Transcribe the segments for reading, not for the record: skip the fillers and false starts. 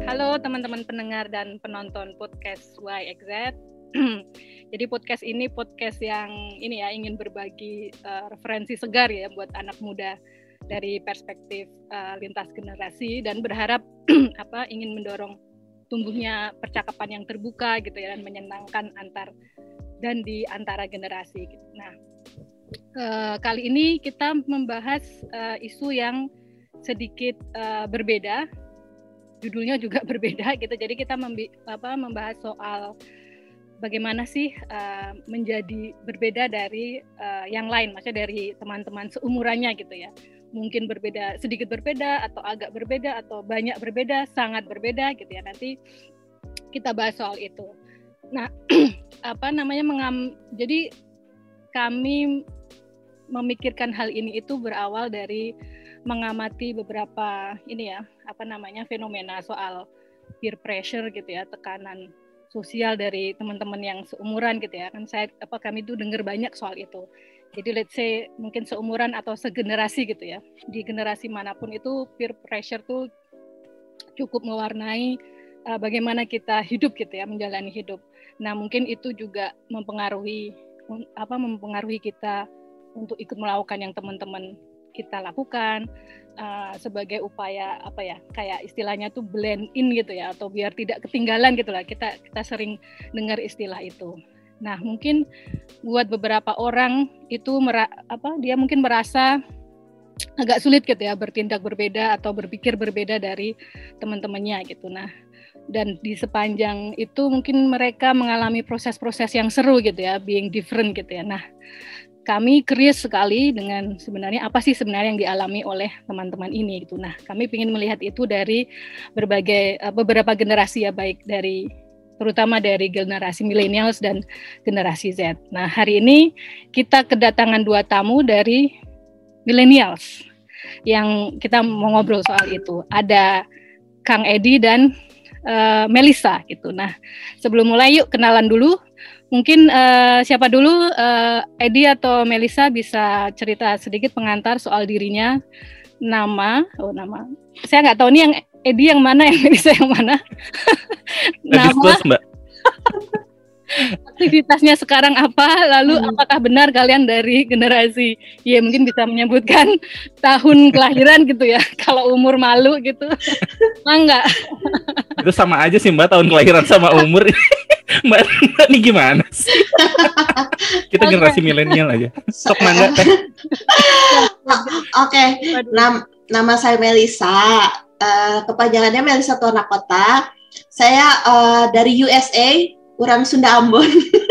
Halo teman-teman pendengar dan penonton podcast YXZ. Jadi podcast ini podcast yang ingin berbagi referensi segar ya buat anak muda dari perspektif lintas generasi dan berharap ingin mendorong tumbuhnya percakapan yang terbuka gitu ya dan menyenangkan di antara generasi gitu. Nah, kali ini kita membahas isu yang sedikit berbeda. Judulnya juga berbeda gitu. Jadi kita membahas soal bagaimana sih menjadi berbeda dari yang lain, maksudnya dari teman-teman seumurannya gitu ya. Mungkin berbeda, sedikit berbeda atau agak berbeda atau banyak berbeda, sangat berbeda gitu ya. Nanti kita bahas soal itu. Nah, jadi kami memikirkan hal ini itu berawal dari mengamati beberapa fenomena soal peer pressure gitu ya, tekanan sosial dari teman-teman yang seumuran gitu ya. Kan kami itu dengar banyak soal itu. Jadi let's say mungkin seumuran atau segenerasi gitu ya. Di generasi manapun itu peer pressure tuh cukup mewarnai bagaimana kita hidup gitu ya, menjalani hidup. Nah, mungkin itu juga mempengaruhi kita untuk ikut melakukan yang teman-teman kita lakukan sebagai upaya kayak istilahnya tuh blend in gitu ya, atau biar tidak ketinggalan gitu lah. Kita sering dengar istilah itu. Nah, mungkin buat beberapa orang itu dia mungkin merasa agak sulit gitu ya bertindak berbeda atau berpikir berbeda dari teman-temannya gitu. Nah, dan di sepanjang itu mungkin mereka mengalami proses-proses yang seru gitu ya, being different gitu ya. Nah, kami curious sekali dengan sebenarnya apa sih sebenarnya yang dialami oleh teman-teman ini gitu. Nah, kami ingin melihat itu dari beberapa generasi ya, baik terutama dari generasi millennials dan generasi Z. Nah, hari ini kita kedatangan 2 tamu dari millennials yang kita mau ngobrol soal itu. Ada Kang Edi dan Melissa gitu. Nah, sebelum mulai yuk kenalan dulu. Mungkin siapa dulu, Edi atau Melissa bisa cerita sedikit pengantar soal dirinya, nama. Saya nggak tahu nih yang Edi yang mana, yang Melissa yang mana. Nama, Mbak. Aktivitasnya sekarang apa, lalu apakah benar kalian dari generasi, ya mungkin bisa menyebutkan tahun kelahiran gitu ya, kalau umur malu gitu. Enggak. Itu sama aja sih Mbak, tahun kelahiran sama umur. Mbak ini gimana sih? Kita generasi milenial aja. Sok mangga teh. Oke. Nama saya Melissa. Kepanjangannya Melissa Tuana Kota. Saya dari USA, orang Sunda Ambon.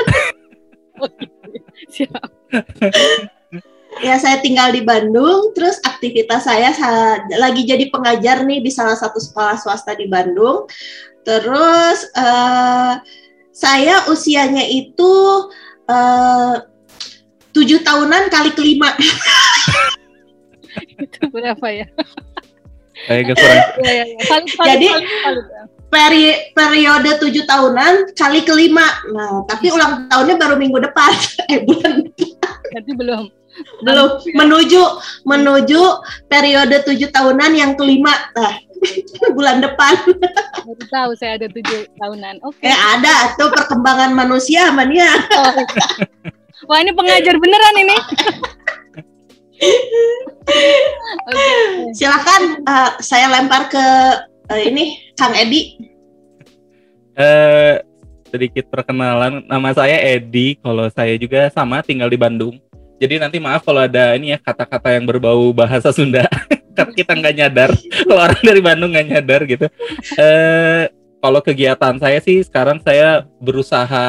Siap. Ya, saya tinggal di Bandung. Terus aktivitas saya lagi jadi pengajar nih di salah satu sekolah swasta di Bandung. Terus saya usianya itu 7 tahunan kali kelima. Itu berapa ya? Kayak kurang. Jadi periode 7 tahunan kali kelima. Nah, tapi ulang tahunnya baru minggu depan. Bulan depan. Berarti belum. Menuju periode 7 tahunan yang kelima. Nah, bulan depan. Baru tahu saya ada 7 tahunan. Oke. Ada tuh perkembangan manusia mania. Wah, ini pengajar beneran ini. Okay. Silakan saya lempar ke ini Kang Edi. Sedikit perkenalan, nama saya Edi. Kalau saya juga sama tinggal di Bandung. Jadi nanti maaf kalau ada kata-kata yang berbau bahasa Sunda. Karena kita nggak nyadar, kalau orang dari Bandung nggak nyadar gitu. Kalau kegiatan saya sih sekarang saya berusaha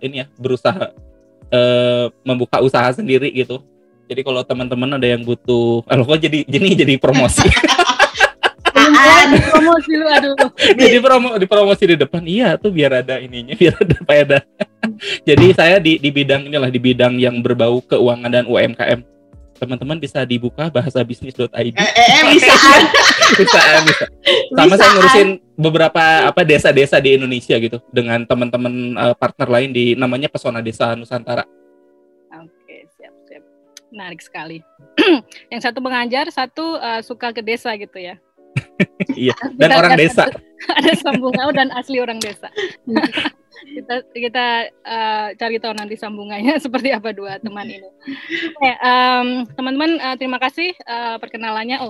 membuka usaha sendiri gitu. Jadi kalau teman-teman ada yang butuh, kok jadi promosi. Promosi lu, aduh. Jadi dipromosi di depan, iya tuh biar ada ininya, biar ada faedah. Jadi saya di bidang bidang yang berbau keuangan dan UMKM. Teman-teman bisa dibuka bahasabisnis.id. Bisa. Sama saya ngurusin beberapa desa-desa di Indonesia gitu dengan teman-teman partner lain di namanya Pesona Desa Nusantara. Oke, siap. Menarik sekali. Yang satu mengajar, satu suka ke desa gitu ya. Iya, dan orang desa. ada sambungan dan asli orang desa. kita cari tahu nanti sambungannya seperti apa dua teman ini. Oke, teman-teman, terima kasih perkenalannya.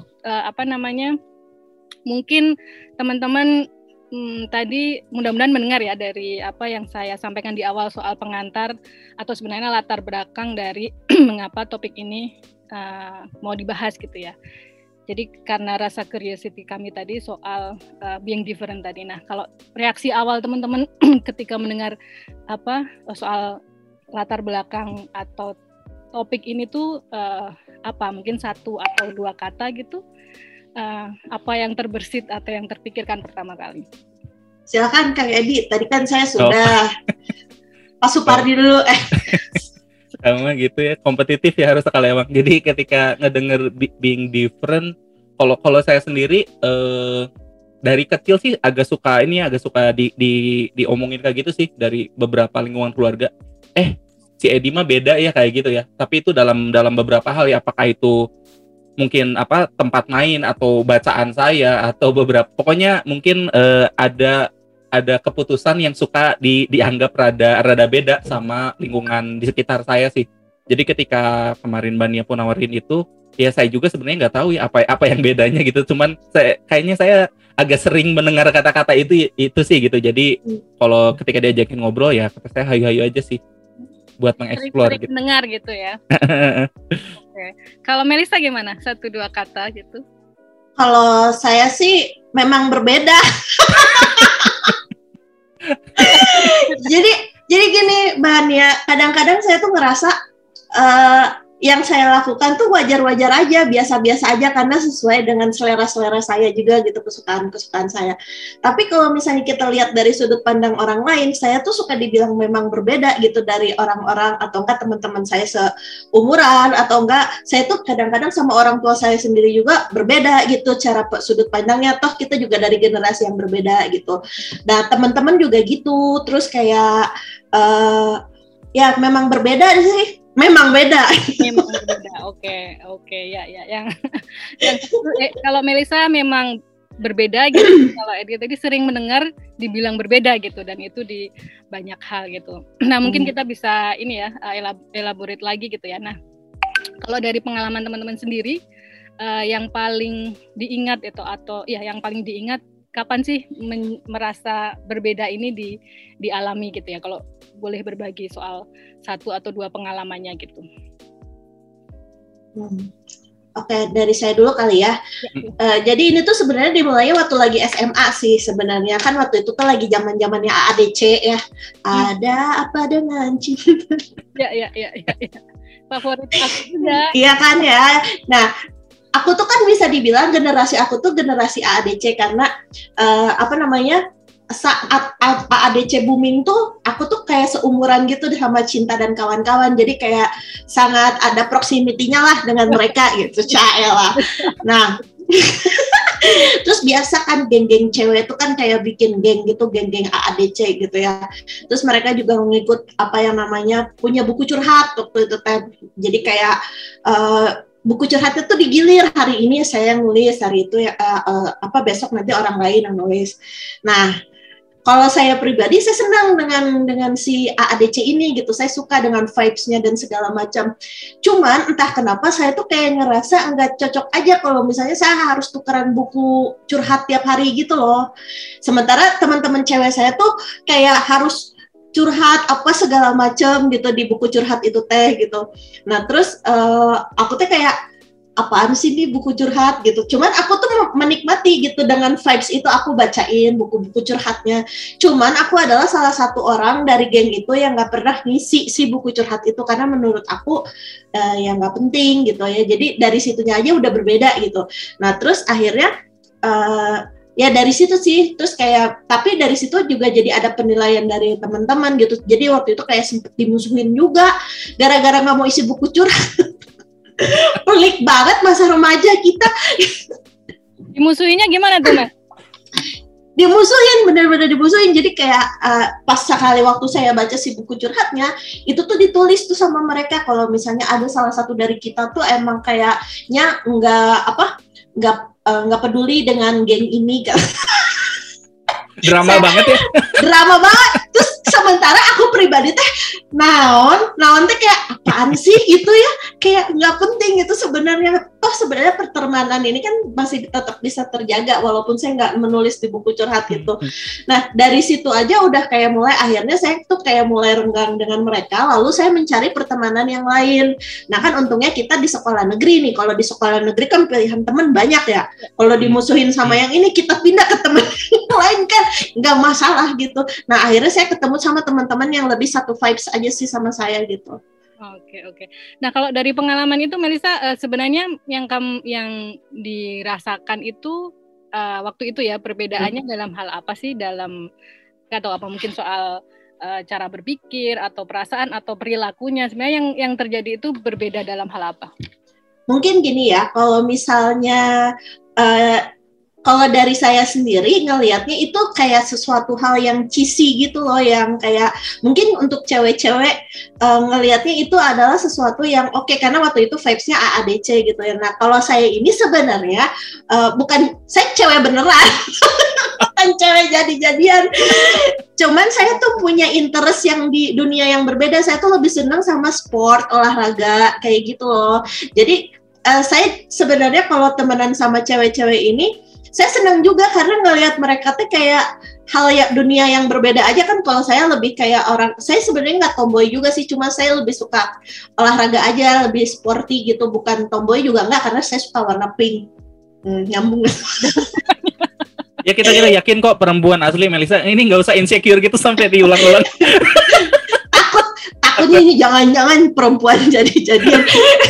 Mungkin teman-teman tadi mudah-mudahan mendengar ya dari apa yang saya sampaikan di awal soal pengantar atau sebenarnya latar belakang dari mengapa topik ini mau dibahas gitu ya. Jadi karena rasa curiosity kami tadi soal being different tadi. Nah, kalau reaksi awal teman-teman ketika mendengar soal latar belakang atau topik ini tuh mungkin satu atau dua kata gitu. Apa yang terbersit atau yang terpikirkan pertama kali? Silakan Kang Edi. Tadi kan saya sudah Pak Supardi dulu. Sama gitu ya, kompetitif ya harus sekali emang. Jadi ketika ngedenger being different, kalau saya sendiri dari kecil sih agak suka diomongin kayak gitu sih dari beberapa lingkungan keluarga. Si Edi mah beda ya kayak gitu ya. Tapi itu dalam beberapa hal ya, apakah itu mungkin tempat main atau bacaan saya atau pokoknya mungkin ada keputusan yang suka dianggap rada beda sama lingkungan di sekitar saya sih. Jadi ketika kemarin Mbak pun nawarin itu, ya saya juga sebenarnya nggak tahu ya apa yang bedanya gitu. Cuman kayaknya saya agak sering mendengar kata-kata itu sih gitu. Jadi kalau ketika diajakin ngobrol ya kata saya hayu-hayu aja sih buat mengeksplor gitu. Mendengar gitu ya. Okay. Kalau Melisa gimana? 1-2 kata gitu? Kalau saya sih memang berbeda. jadi gini Mbak Nia, kadang-kadang saya tuh ngerasa yang saya lakukan tuh wajar-wajar aja, biasa-biasa aja karena sesuai dengan selera-selera saya juga gitu, kesukaan-kesukaan saya. Tapi kalau misalnya kita lihat dari sudut pandang orang lain, saya tuh suka dibilang memang berbeda gitu dari orang-orang atau enggak teman-teman saya seumuran atau enggak saya tuh kadang-kadang sama orang tua saya sendiri juga berbeda gitu cara sudut pandangnya, toh kita juga dari generasi yang berbeda gitu. Nah, teman-teman juga gitu, terus kayak ya memang berbeda sih. Memang beda. Oke, ya. Yang kalau Melisa memang berbeda gitu. Kalau Edi tadi sering mendengar dibilang berbeda gitu, dan itu di banyak hal gitu. Nah, mungkin kita bisa ini ya elaborate lagi gitu ya. Nah, kalau dari pengalaman teman-teman sendiri yang paling diingat atau yang paling diingat kapan sih merasa berbeda ini dialami gitu ya? Kalau boleh berbagi soal 1 atau 2 pengalamannya gitu. Oke, dari saya dulu kali ya. Jadi ini tuh sebenarnya dimulainya waktu lagi SMA sih sebenarnya. Kan waktu itu kan lagi zaman-zamannya AADC ya. Ada apa dengan cinta? Ya. Favorit aku juga. Iya kan ya. Nah, aku tuh kan bisa dibilang generasi aku tuh generasi AADC karena saat AADC booming tuh aku tuh kayak seumuran gitu sama Cinta dan kawan-kawan, jadi kayak sangat ada proximity-nya lah dengan mereka gitu, lah. Nah, terus biasa kan geng-geng cewek itu kan kayak bikin geng gitu, geng-geng AADC gitu ya. Terus mereka juga mengikut punya buku curhat waktu itu kan. Jadi kayak buku curhatnya tuh digilir, hari ini saya yang nulis, hari itu besok nanti orang lain yang nulis. Nah, kalau saya pribadi saya senang dengan si AADC ini gitu, saya suka dengan vibes-nya dan segala macam. Cuman entah kenapa saya tuh kayak ngerasa nggak cocok aja kalau misalnya saya harus tukeran buku curhat tiap hari gitu loh. Sementara teman-teman cewek saya tuh kayak harus curhat apa segala macam gitu di buku curhat itu teh gitu. Nah terus aku tuh kayak apaan sih ini buku curhat gitu. Cuman aku tuh menikmati gitu dengan vibes itu, aku bacain buku-buku curhatnya. Cuman aku adalah salah satu orang dari geng itu yang nggak pernah ngisi si buku curhat itu karena menurut aku ya nggak penting gitu ya. Jadi dari situnya aja udah berbeda gitu. Nah terus akhirnya ya dari situ sih, terus kayak tapi dari situ juga jadi ada penilaian dari teman-teman gitu. Jadi waktu itu kayak sempet dimusuhin juga gara-gara nggak mau isi buku curhat. Pelik banget masa remaja kita. Dimusuhinnya gimana tuh, Mas? Dimusuhin, benar-benar dimusuhin. Jadi kayak pas sekali waktu saya baca si buku curhatnya, itu tuh ditulis tuh sama mereka kalau misalnya ada salah satu dari kita tuh emang kayaknya nggak peduli dengan geng ini kan. Drama banget ya. Drama banget. Terus sementara aku pribadi teh naon teh kayak apaan sih gitu ya, kayak nggak penting gitu sebenarnya. Toh sebenarnya pertemanan ini kan masih tetap bisa terjaga walaupun saya nggak menulis di buku curhat gitu. Nah dari situ aja udah kayak mulai, akhirnya saya tuh kayak mulai renggang dengan mereka, lalu saya mencari pertemanan yang lain. Nah kan untungnya kita di sekolah negeri nih, kalau di sekolah negeri kan pilihan teman banyak ya. Kalau dimusuhin sama yang ini, kita pindah ke teman yang lain kan nggak masalah gitu. Nah akhirnya saya ketemu sama teman-teman yang lebih satu vibes aja sih sama saya gitu. Oke. Nah kalau dari pengalaman itu Melisa, sebenarnya yang dirasakan itu waktu itu ya, perbedaannya dalam hal apa sih, dalam atau apa mungkin soal cara berpikir atau perasaan atau perilakunya, sebenarnya yang terjadi itu berbeda dalam hal apa? Mungkin gini ya, kalau misalnya kalau dari saya sendiri ngelihatnya itu kayak sesuatu hal yang cheesy gitu loh, yang kayak mungkin untuk cewek-cewek ngelihatnya itu adalah sesuatu yang oke, karena waktu itu vibes-nya AADC gitu ya. Nah kalau saya ini sebenarnya bukan, saya cewek beneran bukan cewek jadi-jadian, cuman saya tuh punya interest yang di dunia yang berbeda. Saya tuh lebih senang sama sport, olahraga kayak gitu loh. Jadi saya sebenarnya kalau temenan sama cewek-cewek ini, saya senang juga karena ngelihat mereka tuh kayak hal ya, dunia yang berbeda aja kan. Kalau saya lebih kayak orang, saya sebenarnya nggak tomboy juga sih, cuma saya lebih suka olahraga aja, lebih sporty gitu, bukan tomboy juga nggak, karena saya suka warna pink. Nyambung. Ya kita yakin kok perempuan asli Melisa ini nggak usah insecure gitu sampai diulang-ulang. Takutnya ini jangan-jangan perempuan jadi-jadian.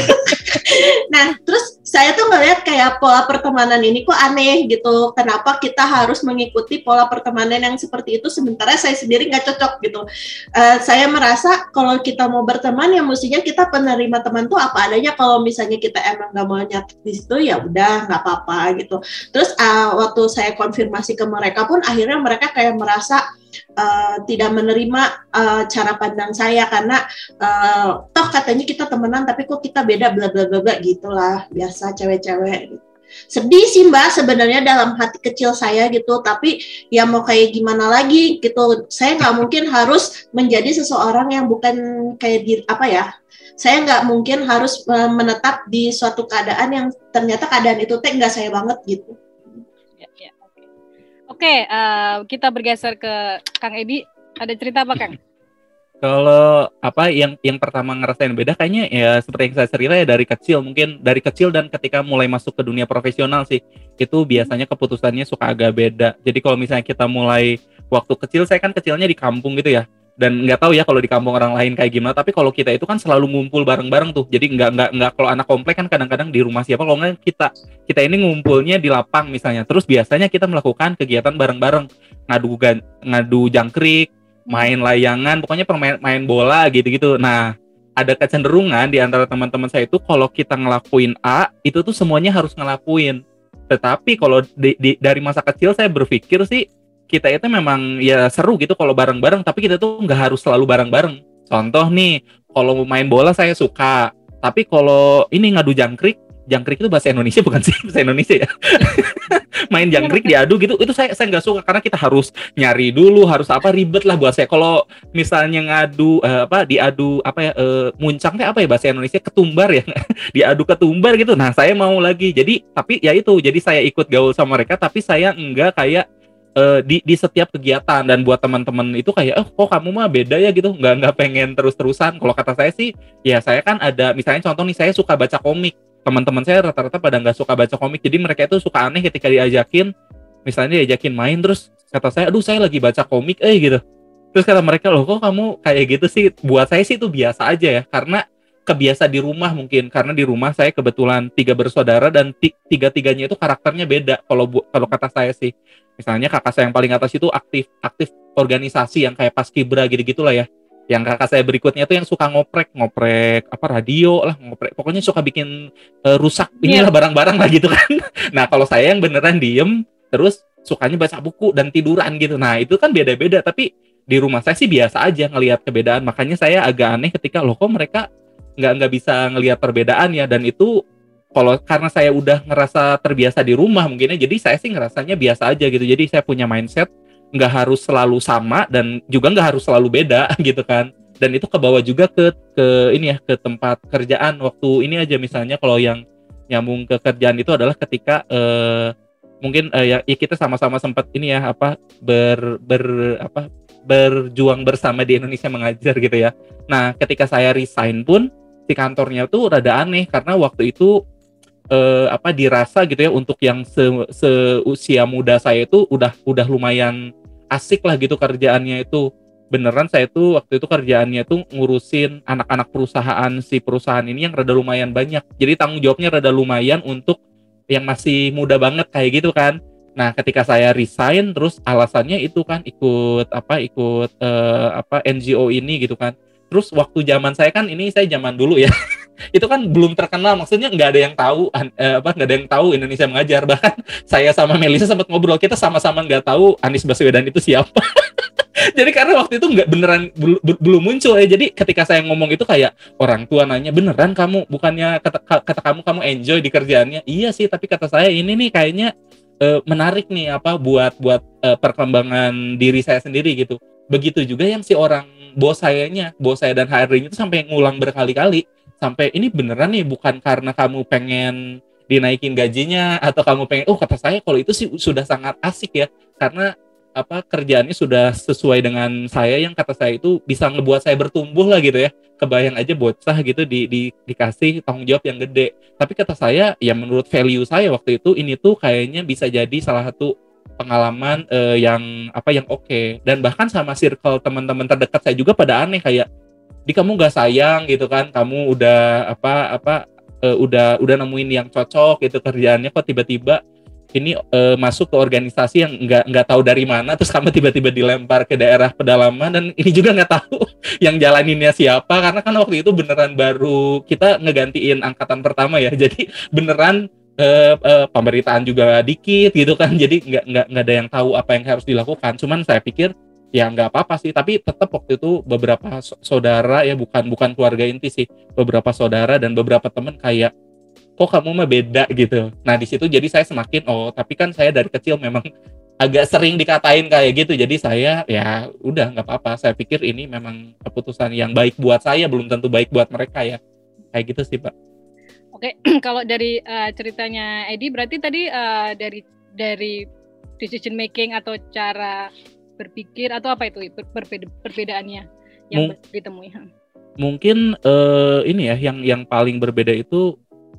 Nah, terus saya tuh ngeliat kayak pola pertemanan ini kok aneh gitu. Kenapa kita harus mengikuti pola pertemanan yang seperti itu, sementara saya sendiri nggak cocok gitu. Saya merasa kalau kita mau berteman ya mestinya kita penerima teman tuh apa adanya. Kalau misalnya kita emang nggak mau nyatu di situ ya udah nggak apa-apa gitu. Terus waktu saya konfirmasi ke mereka pun akhirnya mereka kayak merasa tidak menerima cara pandang saya, karena toh katanya kita temenan tapi kok kita beda bla bla bla gitulah, biasa cewek-cewek. Sedih sih Mbak sebenarnya dalam hati kecil saya gitu, tapi ya mau kayak gimana lagi gitu. Saya nggak mungkin harus menjadi seseorang yang bukan kayak saya nggak mungkin harus menetap di suatu keadaan yang ternyata keadaan itu nggak saya banget gitu. Oke, kita bergeser ke Kang Edi. Ada cerita apa, Kang? Kalau yang pertama ngerasain beda kayaknya ya seperti yang saya cerita ya, dari kecil, mungkin dari kecil dan ketika mulai masuk ke dunia profesional sih, itu biasanya keputusannya suka agak beda. Jadi kalau misalnya kita mulai waktu kecil, saya kan kecilnya di kampung gitu ya, dan nggak tahu ya kalau di kampung orang lain kayak gimana, tapi kalau kita itu kan selalu ngumpul bareng-bareng tuh. Jadi nggak kalau anak komplek kan kadang-kadang di rumah siapa, kalau nggak kita ini ngumpulnya di lapang misalnya. Terus biasanya kita melakukan kegiatan bareng-bareng, ngadu jangkrik, main layangan, pokoknya main bola gitu-gitu. Nah, ada kecenderungan di antara teman-teman saya itu kalau kita ngelakuin A, itu tuh semuanya harus ngelakuin. Tetapi kalau dari masa kecil saya berpikir sih, kita itu memang ya seru gitu kalau bareng-bareng, tapi kita tuh nggak harus selalu bareng-bareng. Contoh nih, kalau main bola saya suka, tapi kalau ini ngadu jangkrik itu bahasa Indonesia bukan sih? Bahasa Indonesia ya. Main jangkrik diadu gitu, itu saya nggak suka karena kita harus nyari dulu, harus ribet lah buat saya. Kalau misalnya diadu muncang teh bahasa Indonesia, ketumbar ya. Diadu ketumbar gitu. Nah, saya mau lagi. Jadi tapi ya itu, jadi saya ikut gaul sama mereka, tapi saya enggak kayak di setiap kegiatan. Dan buat teman-teman itu kayak kok kamu mah beda ya gitu, nggak pengen terus-terusan. Kalau kata saya sih ya, saya kan ada misalnya contoh nih, saya suka baca komik, teman-teman saya rata-rata pada nggak suka baca komik, jadi mereka itu suka aneh ketika diajakin main, terus kata saya aduh saya lagi baca komik gitu. Terus kata mereka, loh kok kamu kayak gitu sih. Buat saya sih itu biasa aja ya, karena kebiasa di rumah mungkin, karena di rumah saya kebetulan 3 bersaudara dan tiga-tiganya itu karakternya beda. Kalau kata saya sih, misalnya kakak saya yang paling atas itu aktif organisasi yang kayak paskibra gitu-gitulah ya. Yang kakak saya berikutnya tuh yang suka ngoprek radio lah, pokoknya suka bikin rusak inilah barang-barang lah gitu kan. Nah kalau saya yang beneran diem, terus sukanya baca buku dan tiduran gitu. Nah itu kan beda-beda, tapi di rumah saya sih biasa aja ngelihat kerbedaan. Makanya saya agak aneh ketika loh kok mereka nggak bisa ngelihat perbedaan ya. Dan itu karena saya udah ngerasa terbiasa di rumah mungkinnya, jadi saya sih ngerasanya biasa aja gitu. Jadi saya punya mindset nggak harus selalu sama dan juga nggak harus selalu beda gitu kan. Dan itu kebawa juga ke ini ya, ke tempat kerjaan. Waktu ini aja misalnya kalau yang nyambung ke kerjaan itu adalah ketika mungkin ya kita sama-sama sempat ini ya apa berjuang bersama di Indonesia Mengajar gitu ya. Nah, ketika saya resign pun si kantornya tuh rada aneh karena waktu itu dirasa gitu ya untuk yang seusia muda saya itu udah lumayan asik lah gitu kerjaannya itu. Beneran saya tuh waktu itu kerjaannya tuh ngurusin anak-anak perusahaan ini yang rada lumayan banyak. Jadi tanggung jawabnya rada lumayan untuk yang masih muda banget kayak gitu kan. Nah, ketika saya resign terus alasannya itu kan ikut NGO ini gitu kan. Terus waktu zaman saya kan ini saya zaman dulu ya. Itu kan belum terkenal, maksudnya nggak ada yang tahu nggak ada yang tahu Indonesia Mengajar. Bahkan saya sama Melisa sempat ngobrol, kita sama-sama nggak tahu Anies Baswedan itu siapa. Jadi karena waktu itu nggak beneran belum muncul ya. Jadi ketika saya ngomong itu kayak orang tua nanya, beneran kamu, bukannya kata kamu enjoy di kerjaannya? Iya sih, tapi kata saya ini nih kayaknya menarik nih buat perkembangan diri saya sendiri gitu. Begitu juga yang si orang bos saya dan HRD-nya itu sampai ngulang berkali-kali, sampai ini beneran nih bukan karena kamu pengen dinaikin gajinya atau kamu pengen, kata saya kalau itu sih sudah sangat asik ya, karena kerjaannya sudah sesuai dengan saya, yang kata saya itu bisa ngebuat saya bertumbuh lah gitu ya. Kebayang aja bocah gitu dikasih tanggung jawab yang gede. Tapi kata saya ya menurut value saya waktu itu ini tuh kayaknya bisa jadi salah satu pengalaman yang oke. Dan bahkan sama circle teman-teman terdekat saya juga pada aneh kayak, di kamu gak sayang gitu kan, kamu udah udah nemuin yang cocok gitu kerjaannya, kok tiba-tiba ini masuk ke organisasi yang nggak tahu dari mana, terus kamu tiba-tiba dilempar ke daerah pedalaman dan ini juga nggak tahu yang jalaninnya siapa, karena kan waktu itu beneran baru kita ngegantiin angkatan pertama ya, jadi beneran pemberitaan juga dikit gitu kan, jadi nggak ada yang tahu apa yang harus dilakukan. Cuman saya pikir ya nggak apa-apa sih, tapi tetap waktu itu beberapa saudara ya, bukan keluarga inti sih, beberapa saudara dan beberapa teman kayak, kok kamu mah beda gitu. Nah di situ jadi saya semakin tapi kan saya dari kecil memang agak sering dikatain kayak gitu, jadi saya ya udah nggak apa-apa. Saya pikir ini memang keputusan yang baik buat saya, belum tentu baik buat mereka ya, kayak gitu sih Pak. Oke, kalau dari ceritanya Edi berarti tadi dari decision making atau cara berpikir atau apa itu perbedaannya yang ditemui? Mungkin ini ya yang paling berbeda itu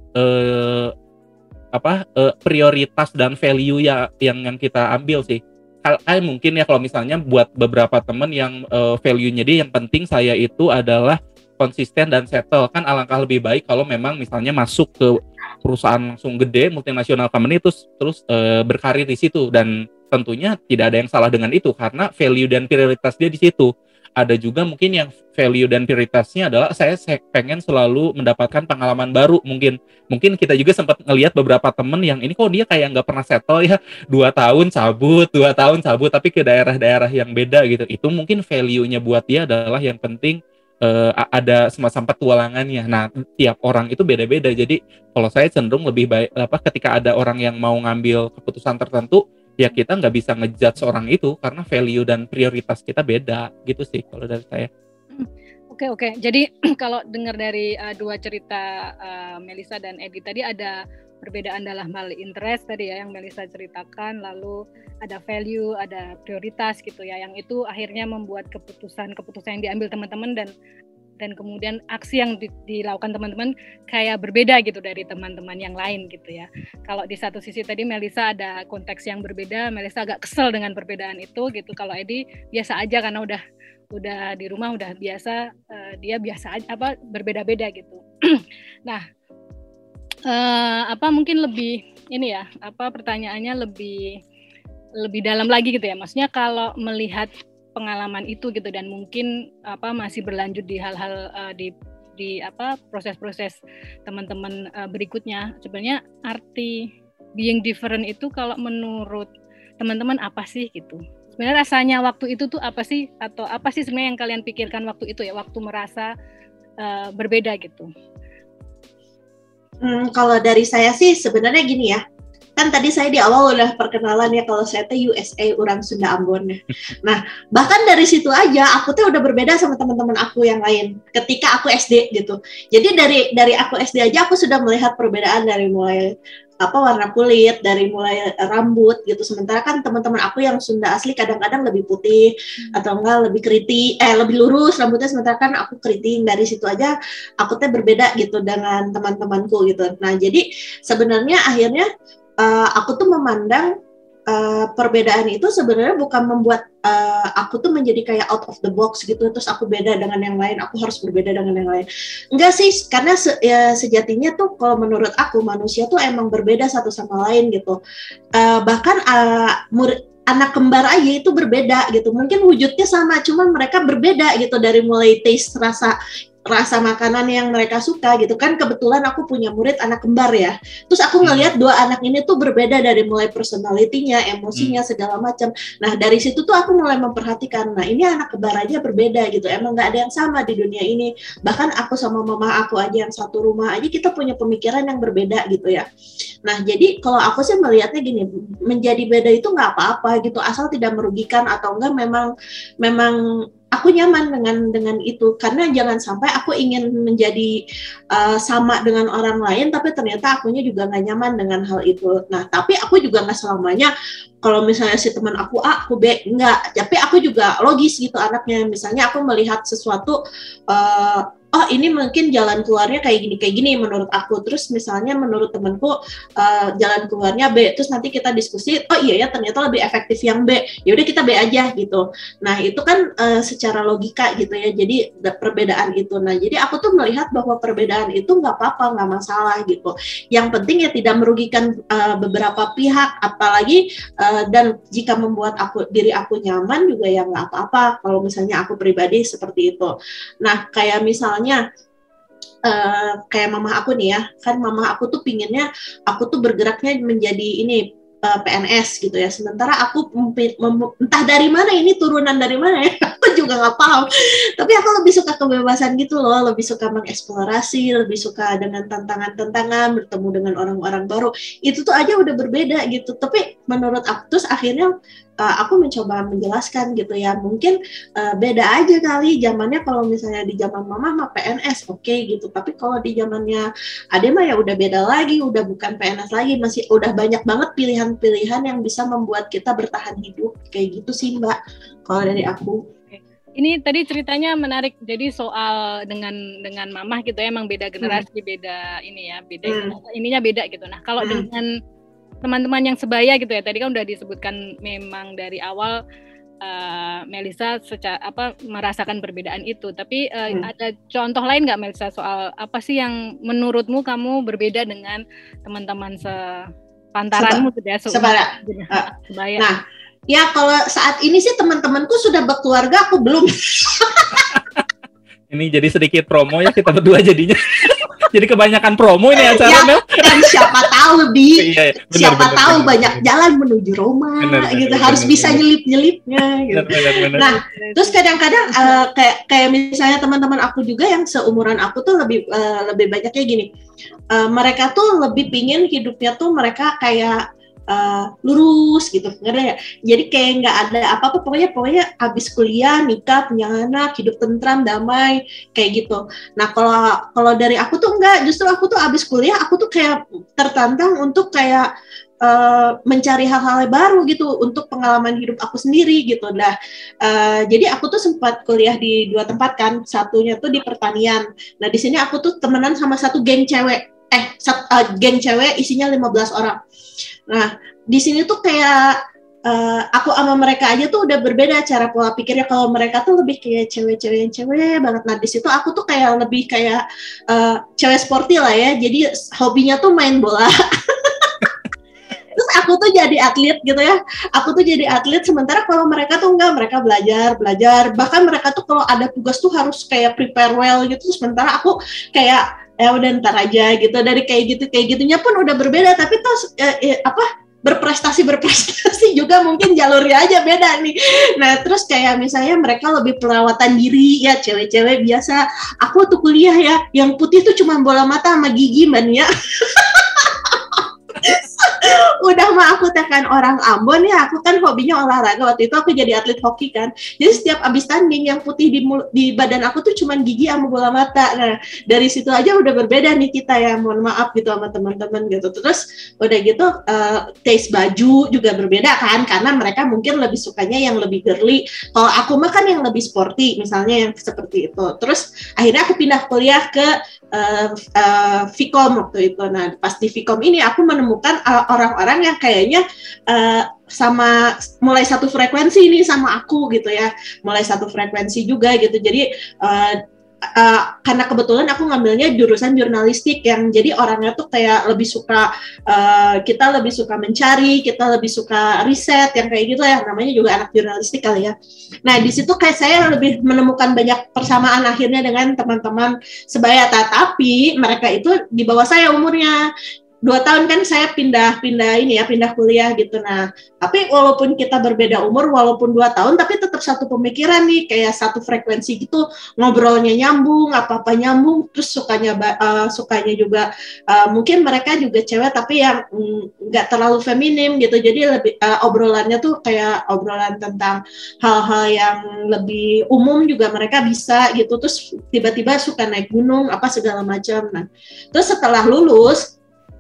prioritas dan value ya yang kita ambil sih. Mungkin ya kalau misalnya buat beberapa teman yang value-nya dia yang penting saya itu adalah konsisten dan settle, kan alangkah lebih baik kalau memang misalnya masuk ke perusahaan langsung gede multinasional company terus berkarir di situ, dan tentunya tidak ada yang salah dengan itu karena value dan prioritas dia di situ. Ada juga mungkin yang value dan prioritasnya adalah saya pengen selalu mendapatkan pengalaman baru. Mungkin kita juga sempat ngelihat beberapa temen yang ini kok dia kayak nggak pernah settle ya, 2 tahun cabut tapi ke daerah-daerah yang beda gitu. Itu mungkin value-nya buat dia adalah yang penting ada semacam petualangannya. Nah tiap orang itu beda-beda, jadi kalau saya cenderung lebih baik ketika ada orang yang mau ngambil keputusan tertentu, ya kita nggak bisa ngejudge orang itu karena value dan prioritas kita beda gitu sih kalau dari saya. Oke. Jadi kalau dengar dari dua cerita Melisa dan Edi tadi, ada perbedaan dalam hal interest tadi ya yang Melisa ceritakan, lalu ada value, ada prioritas gitu ya, yang itu akhirnya membuat keputusan yang diambil teman-teman dan kemudian aksi yang dilakukan teman-teman kayak berbeda gitu dari teman-teman yang lain gitu ya. Kalau di satu sisi tadi Melisa ada konteks yang berbeda, Melisa agak kesel dengan perbedaan itu gitu. Kalau Edi biasa aja karena udah di rumah udah biasa, dia biasa aja berbeda-beda gitu. Nah, mungkin lebih ini ya, pertanyaannya lebih dalam lagi gitu ya. Maksudnya kalau melihat pengalaman itu gitu dan mungkin masih berlanjut di hal-hal di proses-proses teman-teman berikutnya, sebenarnya arti being different itu kalau menurut teman-teman apa sih gitu? Sebenarnya rasanya waktu itu tuh apa sih, atau apa sih sebenarnya yang kalian pikirkan waktu itu ya, waktu merasa berbeda gitu? Kalau dari saya sih sebenarnya gini ya, kan tadi saya di awal udah perkenalan ya kalau saya teh USA orang Sunda Ambon. Nah, bahkan dari situ aja aku tuh udah berbeda sama teman-teman aku yang lain ketika aku SD gitu. Jadi dari aku SD aja aku sudah melihat perbedaan dari mulai warna kulit, dari mulai rambut gitu. Sementara kan teman-teman aku yang Sunda asli kadang-kadang lebih putih atau enggak lebih lurus rambutnya, sementara kan aku keriting. Dari situ aja aku tuh berbeda gitu dengan teman-temanku gitu. Nah, jadi sebenarnya akhirnya aku tuh memandang perbedaan itu sebenarnya bukan membuat aku tuh menjadi kayak out of the box gitu, terus aku beda dengan yang lain, aku harus berbeda dengan yang lain. Enggak sih, karena sejatinya tuh kalau menurut aku manusia tuh emang berbeda satu sama lain gitu. Bahkan anak kembar aja itu berbeda gitu, mungkin wujudnya sama, cuman mereka berbeda gitu dari mulai taste, rasa makanan yang mereka suka gitu kan. Kebetulan aku punya murid anak kembar ya, terus aku ngelihat dua anak ini tuh berbeda dari mulai personalitinya, emosinya, segala macam. Nah dari situ tuh aku mulai memperhatikan, nah ini anak kembar aja berbeda gitu, emang nggak ada yang sama di dunia ini. Bahkan aku sama mama aku aja yang satu rumah aja kita punya pemikiran yang berbeda gitu ya. Nah jadi kalau aku sih melihatnya gini, menjadi beda itu nggak apa-apa gitu, asal tidak merugikan atau enggak memang aku nyaman dengan itu. Karena jangan sampai aku ingin menjadi sama dengan orang lain tapi ternyata akunya juga nggak nyaman dengan hal itu. Nah tapi aku juga nggak selamanya kalau misalnya si teman aku A, aku B, enggak. Tapi aku juga logis gitu anaknya. Misalnya aku melihat sesuatu, oh ini mungkin jalan keluarnya kayak gini menurut aku. Terus misalnya menurut temanku jalan keluarnya B. Terus nanti kita diskusi, oh iya ya ternyata lebih efektif yang B. Yaudah kita B aja gitu. Nah itu kan secara logika gitu ya. Jadi perbedaan itu. Nah jadi aku tuh melihat bahwa perbedaan itu nggak apa-apa, nggak masalah gitu. Yang penting ya tidak merugikan beberapa pihak. Apalagi dan jika membuat diri aku nyaman juga ya nggak apa-apa. Kalau misalnya aku pribadi seperti itu. Nah kayak misalnya kayak mama aku nih ya, kan mama aku tuh pinginnya aku tuh bergeraknya menjadi ini PNS gitu ya. Sementara aku entah dari mana ini, turunan dari mana ya, aku juga nggak paham. Tapi aku lebih suka kebebasan gitu loh, lebih suka mengeksplorasi, lebih suka dengan tantangan-tantangan, bertemu dengan orang-orang baru. Itu tuh aja udah berbeda gitu. Tapi menurut aku terus akhirnya aku mencoba menjelaskan gitu ya, mungkin beda aja kali zamannya. Kalau misalnya di zaman mama mah PNS oke gitu, tapi kalau di zamannya Ade mah ya udah beda lagi, udah bukan PNS lagi, masih udah banyak banget pilihan-pilihan yang bisa membuat kita bertahan hidup kayak gitu sih Mbak, kalau dari aku. Ini tadi ceritanya menarik, jadi soal dengan mamah gitu ya, emang beda generasi, beda ini ya, beda ininya beda gitu. Nah kalau dengan teman-teman yang sebaya gitu ya, tadi kan udah disebutkan memang dari awal Melisa merasakan perbedaan itu, tapi ada contoh lain nggak Melisa soal apa sih yang menurutmu kamu berbeda dengan teman-teman sepantaranmu sebaya? Nah ya kalau saat ini sih teman-temanku sudah berkeluarga, aku belum. Ini jadi sedikit promo ya kita berdua jadinya. Jadi kebanyakan promo ini acara Mel. Dan siapa tahu siapa tahu banyak jalan menuju Roma gitu. Harus bisa nyelip-nyelipnya gitu. Bener. Nah, terus kadang-kadang kayak misalnya teman-teman aku juga yang seumuran aku tuh lebih banyaknya gini. Mereka tuh lebih pingin hidupnya tuh mereka kayak lurus gitu, nggak ada ya. Jadi kayak nggak ada apa-apa, pokoknya habis kuliah nikah, punya anak, hidup tentram, damai kayak gitu. Nah kalau dari aku tuh enggak, justru aku tuh habis kuliah aku tuh kayak tertantang untuk kayak mencari hal-hal baru gitu untuk pengalaman hidup aku sendiri gitu. Nah jadi aku tuh sempat kuliah di 2 tempat kan, satunya tuh di pertanian. Nah di sini aku tuh temenan sama satu geng cewek. Geng cewek isinya 15 orang. Nah, di sini tuh kayak aku sama mereka aja tuh udah berbeda cara pola pikirnya. Kalau mereka tuh lebih kayak cewek-cewek yang cewek banget. Nah, di situ aku tuh kayak lebih kayak cewek sporty lah ya. Jadi hobinya tuh main bola. Terus aku tuh jadi atlet gitu ya. Aku tuh jadi atlet, sementara kalau mereka tuh enggak, mereka belajar. Bahkan mereka tuh kalau ada tugas tuh harus kayak prepare well gitu. Sementara aku kayak ya udah ntar aja gitu. Dari kayak gitunya pun udah berbeda, tapi tuh berprestasi juga mungkin jalurnya aja beda nih. Nah terus kayak misalnya mereka lebih perawatan diri ya, cewek-cewek biasa. Aku tuh kuliah ya, yang putih tuh cuma bola mata sama gigi Mbak Nia. udah mah aku tekan orang Ambon ya, aku kan hobinya olahraga, waktu itu aku jadi atlet hoki kan, jadi setiap abis tanding yang putih di badan aku tuh cuman gigi sama bola mata. Nah dari situ aja udah berbeda nih kita ya, mohon maaf gitu sama teman-teman gitu. Terus udah gitu taste baju juga berbeda kan, karena mereka mungkin lebih sukanya yang lebih girly, kalau aku mah kan yang lebih sporty misalnya, yang seperti itu. Terus akhirnya aku pindah kuliah ke Vkom waktu itu. Nah pas di Vkom ini aku menemukan orang-orang yang kayaknya sama mulai satu frekuensi nih sama aku gitu ya, mulai satu frekuensi juga gitu. Jadi karena kebetulan aku ngambilnya jurusan jurnalistik yang jadi orangnya tuh kayak lebih suka kita lebih suka mencari, kita lebih suka riset yang kayak gitu ya, namanya juga anak jurnalistik kali ya. Nah di situ kayak saya lebih menemukan banyak persamaan akhirnya dengan teman-teman sebaya, tapi mereka itu di bawah saya umurnya. 2 tahun kan saya pindah kuliah gitu. Nah, tapi walaupun kita berbeda umur, walaupun 2 tahun, tapi tetap satu pemikiran nih, kayak satu frekuensi gitu, ngobrolnya nyambung, apa-apa nyambung, terus sukanya juga mungkin mereka juga cewek tapi yang nggak terlalu feminim gitu, jadi lebih obrolannya tuh kayak obrolan tentang hal-hal yang lebih umum juga mereka bisa gitu, terus tiba-tiba suka naik gunung apa segala macam. Nah, terus setelah lulus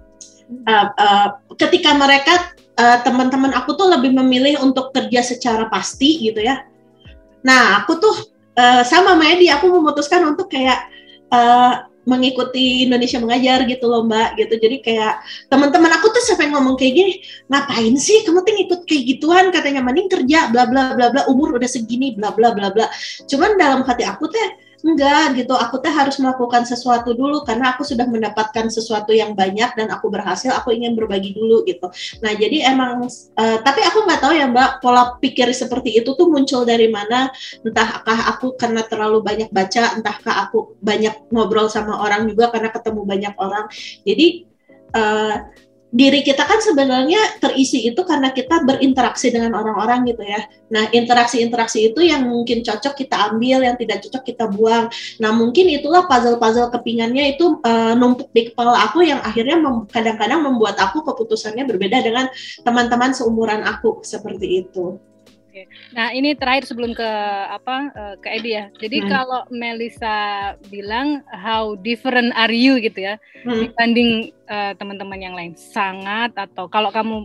ketika mereka teman-teman aku tuh lebih memilih untuk kerja secara pasti gitu ya. Nah aku tuh sama Medi, aku memutuskan untuk kayak mengikuti Indonesia Mengajar gitu loh Mbak gitu. Jadi kayak teman-teman aku tuh sampai ngomong kayak gini, ngapain sih kamu tuh ngikut kayak gituan, katanya mending kerja bla bla bla bla, umur udah segini bla bla bla bla. Cuman dalam hati aku teh enggak gitu, aku teh harus melakukan sesuatu dulu karena aku sudah mendapatkan sesuatu yang banyak dan aku berhasil, aku ingin berbagi dulu gitu. Nah jadi emang tapi aku nggak tahu ya Mbak, pola pikir seperti itu tuh muncul dari mana, entahkah aku karena terlalu banyak baca, entahkah aku banyak ngobrol sama orang juga karena ketemu banyak orang. Jadi diri kita kan sebenarnya terisi itu karena kita berinteraksi dengan orang-orang gitu ya. Nah, interaksi-interaksi itu yang mungkin cocok kita ambil, yang tidak cocok kita buang. Nah, mungkin itulah puzzle-puzzle kepingannya itu numpuk di kepala aku yang akhirnya kadang-kadang membuat aku keputusannya berbeda dengan teman-teman seumuran aku, seperti itu. Oke. Nah ini terakhir sebelum ke Edi ya. Jadi kalau Melissa bilang how different are you gitu ya dibanding teman-teman yang lain, sangat, atau kalau kamu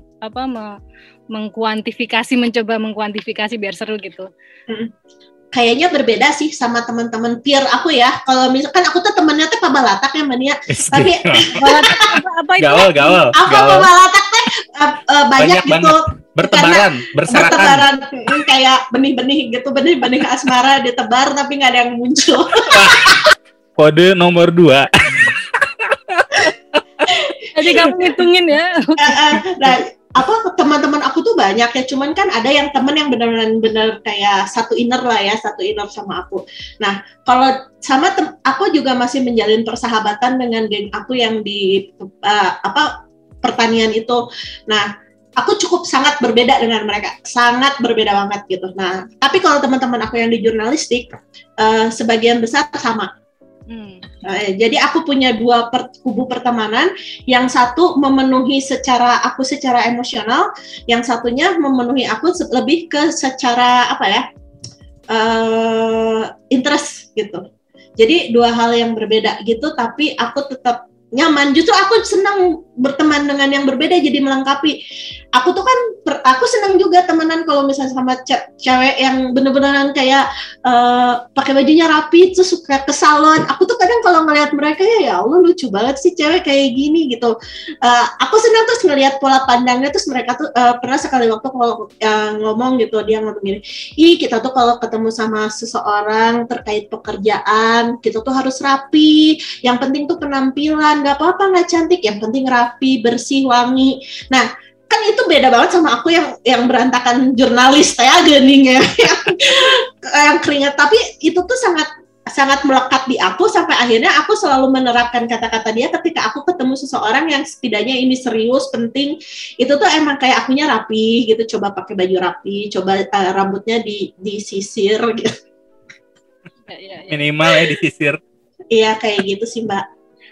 mencoba mengkuantifikasi biar seru gitu. Kayaknya berbeda sih sama teman-teman peer aku ya. Kalau misalkan aku tuh temennya tuh pabalatak ya Mania. Tapi apa itu? Gaul. Aku pabalatak teh banyak gitu. Bertebaran, berserakan. Kayak benih-benih gitu, benih-benih asmara ditebar tapi nggak ada yang muncul. Kode nomor 2. Jadi kamu ngitungin ya. Nah, teman-teman aku tuh banyak ya, cuman kan ada yang teman yang benar-benar kayak satu inner lah ya, satu inner sama aku. Nah, kalau sama aku juga masih menjalin persahabatan dengan geng aku yang di pertanian itu. Nah, aku cukup sangat berbeda dengan mereka, sangat berbeda banget gitu. Nah, tapi kalau teman-teman aku yang di jurnalistik, sebagian besar sama. Jadi aku punya 2 kubu pertemanan, yang satu memenuhi secara emosional, yang satunya memenuhi aku lebih ke secara interest gitu. Jadi 2 hal yang berbeda gitu, tapi aku tetap nyaman. Justru aku senang berteman dengan yang berbeda, jadi melengkapi. Aku tuh kan aku senang juga temenan kalau misalnya sama cewek yang bener-beneran kayak pakai bajunya rapi terus suka ke salon. Aku tuh kadang kalau ngelihat mereka ya Allah lucu banget sih cewek kayak gini gitu. Aku senang terus ngelihat pola pandangnya. Terus mereka tuh pernah sekali waktu kalau ngomong gitu, dia ngomong gini, kita tuh kalau ketemu sama seseorang terkait pekerjaan kita tuh harus rapi, yang penting tuh penampilan, nggak apa-apa nggak cantik, yang penting rapi, bersih, wangi. Nah kan itu beda banget sama aku yang berantakan jurnalis ya gening ya yang keringat, tapi itu tuh sangat melekat di aku sampai akhirnya aku selalu menerapkan kata-kata dia ketika aku ketemu seseorang yang setidaknya ini serius, penting. Itu tuh emang kayak akunya rapi gitu, coba pakai baju rapi, coba rambutnya disisir gitu. Minimal ya disisir. Iya kayak gitu sih Mbak.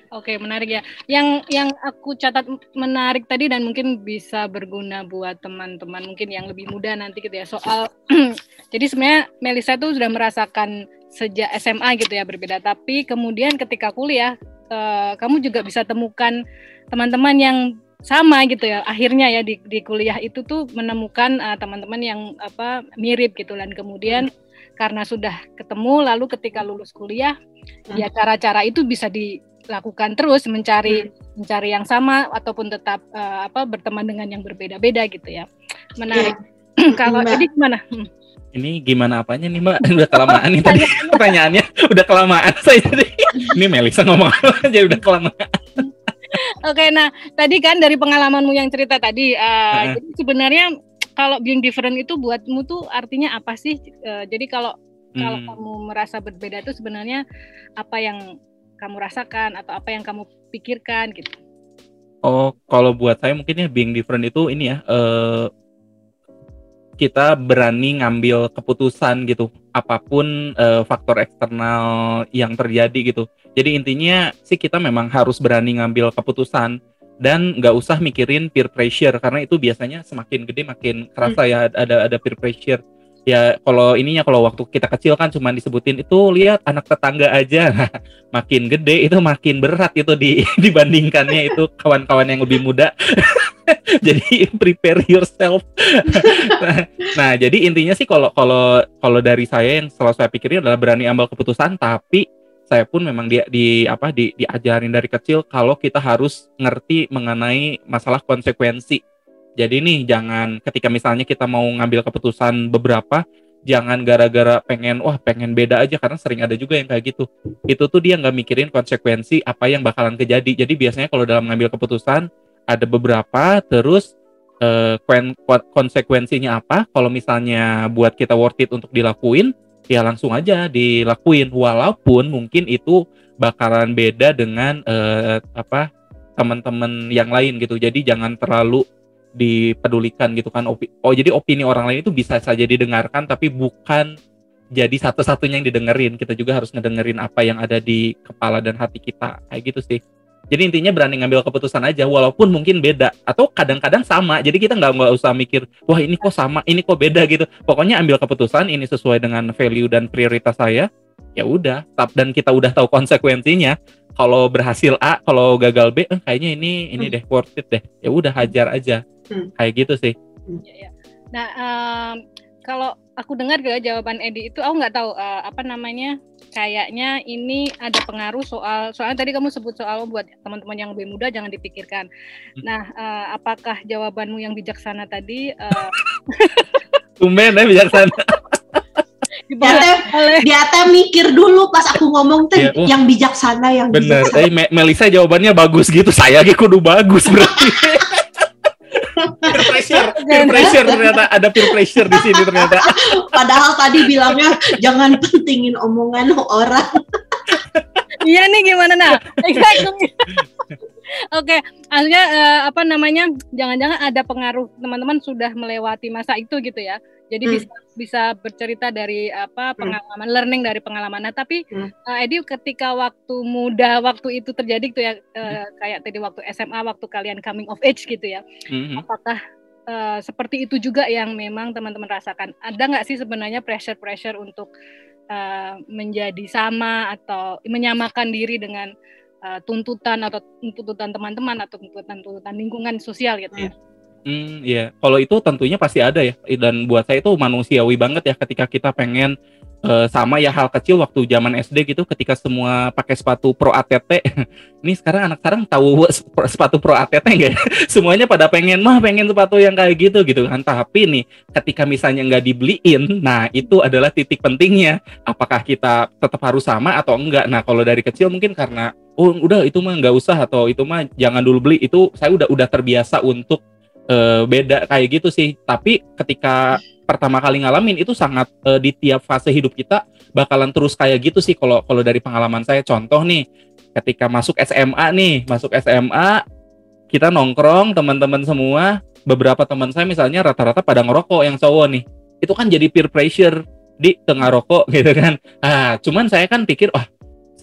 Oke, menarik ya. Yang aku catat menarik tadi dan mungkin bisa berguna buat teman-teman mungkin yang lebih muda nanti gitu ya. Soal jadi sebenarnya Melisa itu sudah merasakan sejak SMA gitu ya berbeda, tapi kemudian ketika kuliah kamu juga bisa temukan teman-teman yang sama gitu ya. Akhirnya ya di kuliah itu tuh menemukan teman-teman yang mirip gitu, dan kemudian karena sudah ketemu lalu ketika lulus kuliah ya cara-cara itu bisa dilakukan terus, mencari yang sama ataupun tetap berteman dengan yang berbeda-beda gitu ya. Menarik. Kalau Edi gimana? Ini gimana apanya nih Mbak? Udah kelamaan nih tadi pertanyaannya. Udah kelamaan saya jadi. Ini Melisa ngomong apa aja udah kelamaan. Oke, nah tadi kan dari pengalamanmu yang cerita tadi, jadi sebenarnya kalau being different itu buatmu tuh artinya apa sih? Jadi kalau kamu merasa berbeda itu sebenarnya apa yang kamu rasakan atau apa yang kamu pikirkan gitu? Oh, kalau buat saya mungkin ya being different itu ini ya, kita berani ngambil keputusan gitu, apapun faktor eksternal yang terjadi gitu. Jadi intinya sih kita memang harus berani ngambil keputusan dan nggak usah mikirin peer pressure, karena itu biasanya semakin gede makin kerasa ya ada peer pressure. Ya kalau waktu kita kecil kan cuma disebutin itu lihat anak tetangga aja, nah, makin gede itu makin berat itu dibandingkannya itu kawan-kawan yang lebih muda. Jadi prepare yourself. Nah, jadi intinya sih kalau dari saya yang selalu saya pikirin adalah berani ambil keputusan, tapi saya pun memang diajarin dari kecil kalau kita harus ngerti mengenai masalah konsekuensi. Jadi nih jangan ketika misalnya kita mau ngambil keputusan beberapa, jangan gara-gara pengen beda aja, karena sering ada juga yang kayak gitu. Itu tuh dia nggak mikirin konsekuensi apa yang bakalan terjadi. Jadi biasanya kalau dalam ngambil keputusan ada beberapa, terus konsekuensinya apa. Kalau misalnya buat kita worth it untuk dilakuin, ya langsung aja dilakuin, walaupun mungkin itu bakalan beda dengan teman-teman yang lain gitu. Jadi jangan terlalu dipedulikan gitu kan. Jadi opini orang lain itu bisa saja didengarkan, tapi bukan jadi satu-satunya yang didengerin. Kita juga harus ngedengerin apa yang ada di kepala dan hati kita, kayak gitu sih. Jadi intinya berani ngambil keputusan aja, walaupun mungkin beda atau kadang-kadang sama. Jadi kita nggak usah mikir, wah ini kok sama, ini kok beda gitu. Pokoknya ambil keputusan ini sesuai dengan value dan prioritas saya. Ya udah, dan kita udah tahu konsekuensinya. Kalau berhasil A, kalau gagal B, kayaknya ini deh worth it deh. Ya udah hajar aja. Kayak gitu sih. Nah, kalau aku dengar dari jawaban Edi itu, aku nggak tahu kayaknya ini ada pengaruh soalnya tadi kamu sebut soal buat teman-teman yang lebih muda jangan dipikirkan. Nah, apakah jawabanmu yang bijaksana tadi? Tumben ya bijaksana. Dia mikir dulu pas aku ngomong teh yang bijaksana yang bener. Bijaksana. Melisa jawabannya bagus gitu, saya kudu bagus berarti. peer pressure ternyata ada peer pressure di sini ternyata. Padahal tadi bilangnya jangan pentingin omongan orang. Iya nih gimana nah? Oke, artinya jangan-jangan ada pengaruh teman-teman sudah melewati masa itu gitu ya. Jadi bisa bercerita dari pengalaman, learning dari pengalaman. Nah, tapi Edi ketika waktu muda waktu itu terjadi gitu ya, kayak tadi waktu SMA waktu kalian coming of age gitu ya. Apakah seperti itu juga yang memang teman-teman rasakan? Ada nggak sih sebenarnya pressure untuk menjadi sama atau menyamakan diri dengan tuntutan teman-teman atau tuntutan lingkungan sosial gitu ya? Iya, kalau itu tentunya pasti ada ya, dan buat saya itu manusiawi banget ya ketika kita pengen sama ya, hal kecil waktu zaman SD gitu, ketika semua pakai sepatu Pro ATT. Ini sekarang anak sekarang tahu sepatu Pro ATT nggak ya? Semuanya pada pengen sepatu yang kayak gitu kan. Tapi nih ketika misalnya nggak dibeliin, nah itu adalah titik pentingnya. Apakah kita tetap harus sama atau enggak? Nah kalau dari kecil mungkin karena udah itu mah nggak usah, atau itu mah jangan dulu beli, itu saya udah terbiasa untuk beda kayak gitu sih. Tapi ketika pertama kali ngalamin itu sangat di tiap fase hidup kita bakalan terus kayak gitu sih. Kalau dari pengalaman saya, contoh nih, ketika masuk SMA kita nongkrong teman-teman semua, beberapa teman saya misalnya rata-rata pada ngerokok yang cowok nih, itu kan jadi peer pressure di tengah rokok gitu kan. Cuman saya kan pikir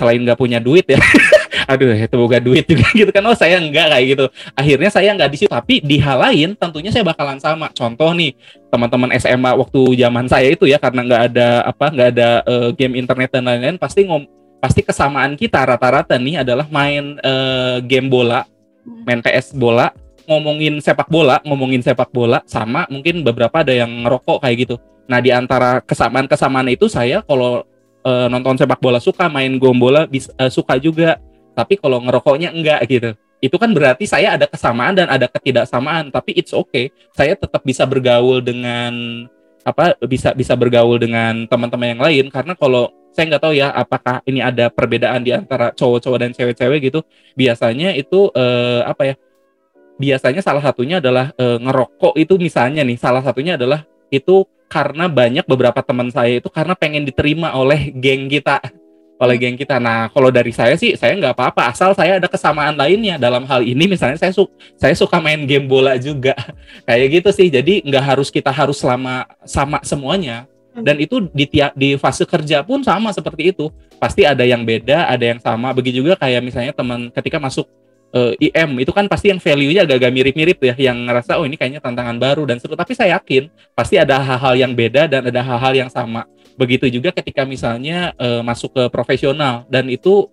selain nggak punya duit ya. Aduh, itu boga duit juga gitu kan. Oh, saya enggak kayak gitu. Akhirnya saya enggak di situ, tapi di hal lain tentunya saya bakalan sama. Contoh nih, teman-teman SMA waktu zaman saya itu ya, karena nggak ada game internet dan lain-lain, pasti kesamaan kita rata-rata nih adalah main game bola, main PS bola, ngomongin sepak bola sama mungkin beberapa ada yang ngerokok kayak gitu. Nah, di antara kesamaan itu saya kalau nonton sepak bola suka, main game bola suka juga. Tapi kalau ngerokoknya enggak gitu. Itu kan berarti saya ada kesamaan dan ada ketidaksamaan, tapi it's okay. Saya tetap bisa bergaul dengan bisa bergaul dengan teman-teman yang lain, karena kalau saya nggak tahu ya apakah ini ada perbedaan di antara cowok-cowok dan cewek-cewek gitu. Biasanya itu biasanya salah satunya adalah ngerokok itu, misalnya nih, salah satunya adalah itu karena beberapa teman saya itu karena pengen diterima oleh geng kita. Nah, kalau dari saya sih, saya nggak apa-apa asal saya ada kesamaan lainnya. Dalam hal ini misalnya saya suka main game bola juga, kayak gitu sih. Jadi kita harus sama semuanya. Dan itu di fase kerja pun sama seperti itu. Pasti ada yang beda, ada yang sama. Begitu juga kayak misalnya teman ketika masuk IM itu kan pasti yang value-nya agak-agak mirip-mirip ya, yang ngerasa oh ini kayaknya tantangan baru dan seru. Tapi saya yakin pasti ada hal-hal yang beda dan ada hal-hal yang sama. Begitu juga ketika misalnya masuk ke profesional, dan itu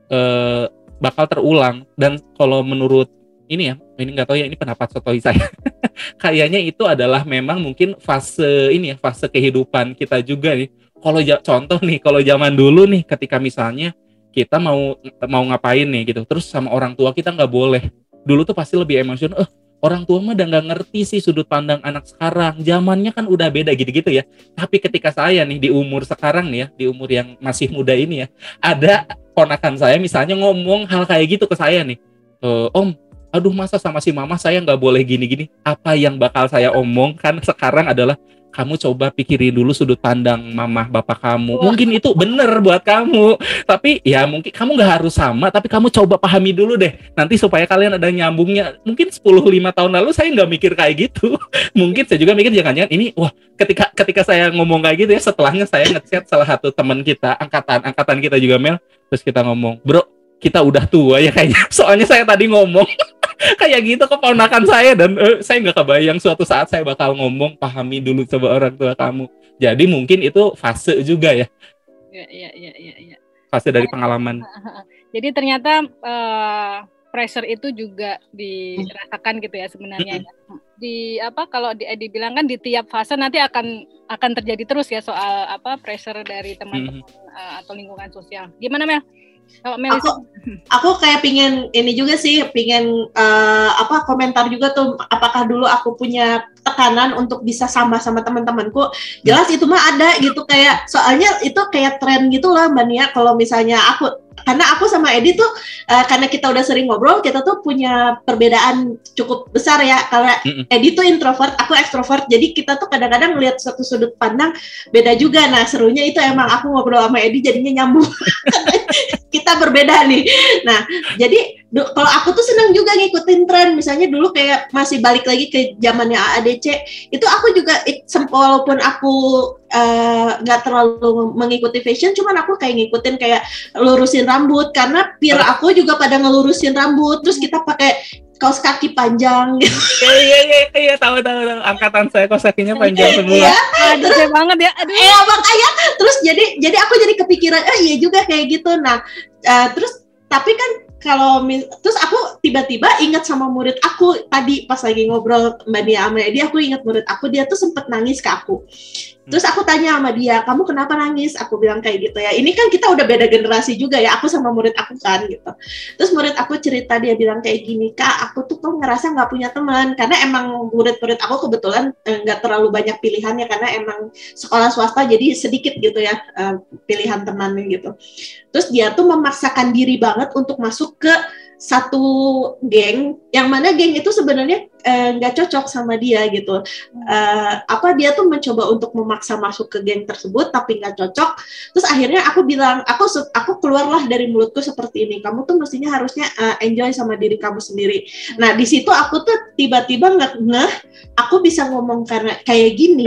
bakal terulang. Dan kalau menurut ini nggak tahu ya, ini pendapat sotoi saya. Kayaknya itu adalah memang mungkin fase kehidupan kita juga nih. Contoh nih, kalau zaman dulu nih, ketika misalnya kita mau ngapain nih gitu, terus sama orang tua kita nggak boleh. Dulu tuh pasti lebih emosional. Orang tua mah udah nggak ngerti sih sudut pandang anak sekarang. Zamannya kan udah beda gitu-gitu ya. Tapi ketika saya nih di umur sekarang nih ya, di umur yang masih muda ini ya, ada ponakan saya misalnya ngomong hal kayak gitu ke saya nih. Om, aduh masa sama si mama saya nggak boleh gini-gini. Apa yang bakal saya omongkan sekarang adalah, kamu coba pikirin dulu sudut pandang mama bapak kamu. Mungkin itu bener buat kamu, tapi ya mungkin kamu nggak harus sama, tapi kamu coba pahami dulu deh, nanti supaya kalian ada nyambungnya. Mungkin 10-5 tahun lalu saya nggak mikir kayak gitu. Mungkin saya juga mikir jangan-jangan ini, ketika saya ngomong kayak gitu ya, setelahnya saya ngechat salah satu teman kita, angkatan kita juga, Mel, terus kita ngomong, bro, kita udah tua ya kayaknya, soalnya saya tadi ngomong kayak gitu ke ponakan saya, dan saya nggak kebayang suatu saat saya bakal ngomong, pahami dulu coba orang tua kamu. Jadi mungkin itu fase juga ya. Iya. Fase dari pengalaman. Jadi ternyata pressure itu juga dirasakan gitu ya sebenarnya. Kalau dibilang kan di tiap fase nanti akan terjadi terus ya soal pressure dari teman-teman atau lingkungan sosial. Gimana, Mel? Aku kayak pingin ini juga sih, komentar juga tuh, apakah dulu aku punya tekanan untuk bisa sama teman-temanku. Jelas itu mah ada gitu, kayak soalnya itu kayak tren gitu lah Mbak Nia. Kalau misalnya karena aku sama Edi tuh karena kita udah sering ngobrol, kita tuh punya perbedaan cukup besar ya. Kalau Edi tuh introvert, aku ekstrovert, jadi kita tuh kadang-kadang ngelihat satu sudut pandang beda juga. Nah serunya itu emang aku ngobrol sama Edi jadinya nyambung. Kita berbeda nih. Nah jadi kalau aku tuh senang juga ngikutin tren. Misalnya dulu kayak masih balik lagi ke zamannya AADC, itu aku juga walaupun aku nggak terlalu mengikuti fashion, cuman aku kayak ngikutin kayak lurusin rambut, karena peer aku juga pada ngelurusin rambut, terus kita pakai kaos kaki panjang gitu. Iya, tahu. Angkatan saya kaos kakinya panjang semua. Iya banget ya. Aduh. Makanya terus jadi aku jadi kepikiran, iya juga kayak gitu. Nah, terus tapi kan terus aku tiba-tiba ingat sama murid aku tadi pas lagi ngobrol Mbak Dia sama Edi, aku ingat murid aku, dia tuh sempet nangis ke aku. Terus aku tanya sama dia, kamu kenapa nangis? Aku bilang kayak gitu ya. Ini kan kita udah beda generasi juga ya, aku sama murid aku kan gitu. Terus murid aku cerita, dia bilang kayak gini, Kak, aku tuh ngerasa nggak punya teman, karena emang murid-murid aku kebetulan nggak terlalu banyak pilihannya, karena emang sekolah swasta jadi sedikit gitu ya pilihan temannya gitu. Terus dia tuh memaksakan diri banget untuk masuk ke satu geng, yang mana geng itu sebenarnya nggak cocok sama dia gitu. Dia tuh mencoba untuk memaksa masuk ke geng tersebut tapi nggak cocok. Terus akhirnya aku bilang, aku keluarlah dari mulutku seperti ini, kamu tuh mestinya harusnya enjoy sama diri kamu sendiri. Nah di situ aku tuh tiba-tiba ngeh, aku bisa ngomong karena kayak gini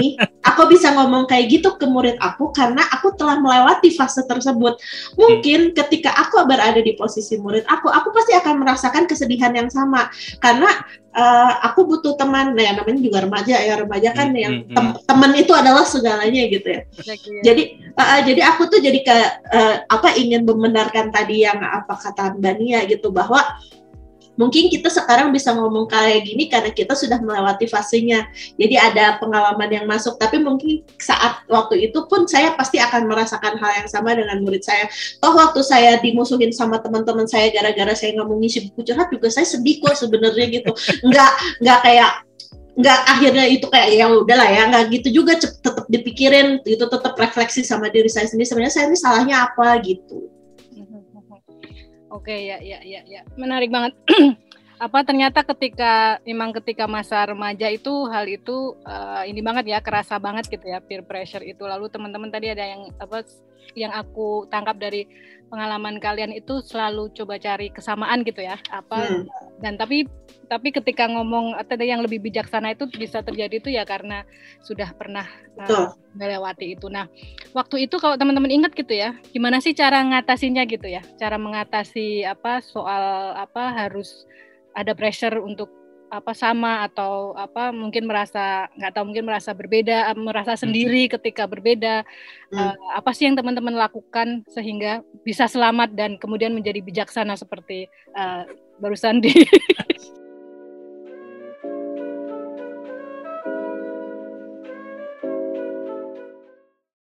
Aku bisa ngomong kayak gitu ke murid aku karena aku telah melewati fase tersebut. Mungkin ketika aku berada di posisi murid aku pasti akan merasakan kesedihan yang sama karena aku butuh teman. Nah, ya namanya juga remaja ya, remaja kan yang teman itu adalah segalanya gitu ya. Jadi aku tuh jadi ingin membenarkan tadi yang apa kata Mbak Nia gitu, bahwa mungkin kita sekarang bisa ngomong kayak gini karena kita sudah melewati fasenya. Jadi ada pengalaman yang masuk, tapi mungkin saat waktu itu pun saya pasti akan merasakan hal yang sama dengan murid saya. Toh waktu saya dimusuhin sama teman-teman saya gara-gara saya nggak mau ngisi buku curhat juga saya sedih kok sebenarnya gitu. Nggak akhirnya itu kayak ya udahlah ya, nggak gitu juga, tetap dipikirin gitu, tetap refleksi sama diri saya sendiri, sebenarnya saya ini salahnya apa gitu. Oke, ya. Menarik banget. Ternyata ketika masa remaja itu hal itu ini banget ya, kerasa banget gitu ya, peer pressure itu. Lalu teman-teman tadi ada yang aku tangkap dari pengalaman kalian itu selalu coba cari kesamaan gitu ya, dan tapi ketika ngomong atau yang lebih bijaksana itu bisa terjadi itu ya karena sudah pernah melewati itu. Nah, waktu itu kalau teman-teman ingat gitu ya, gimana sih cara ngatasinya gitu ya? Cara mengatasi soal harus ada pressure untuk sama atau mungkin merasa berbeda, merasa sendiri ketika berbeda. Apa sih yang teman-teman lakukan sehingga bisa selamat dan kemudian menjadi bijaksana seperti barusan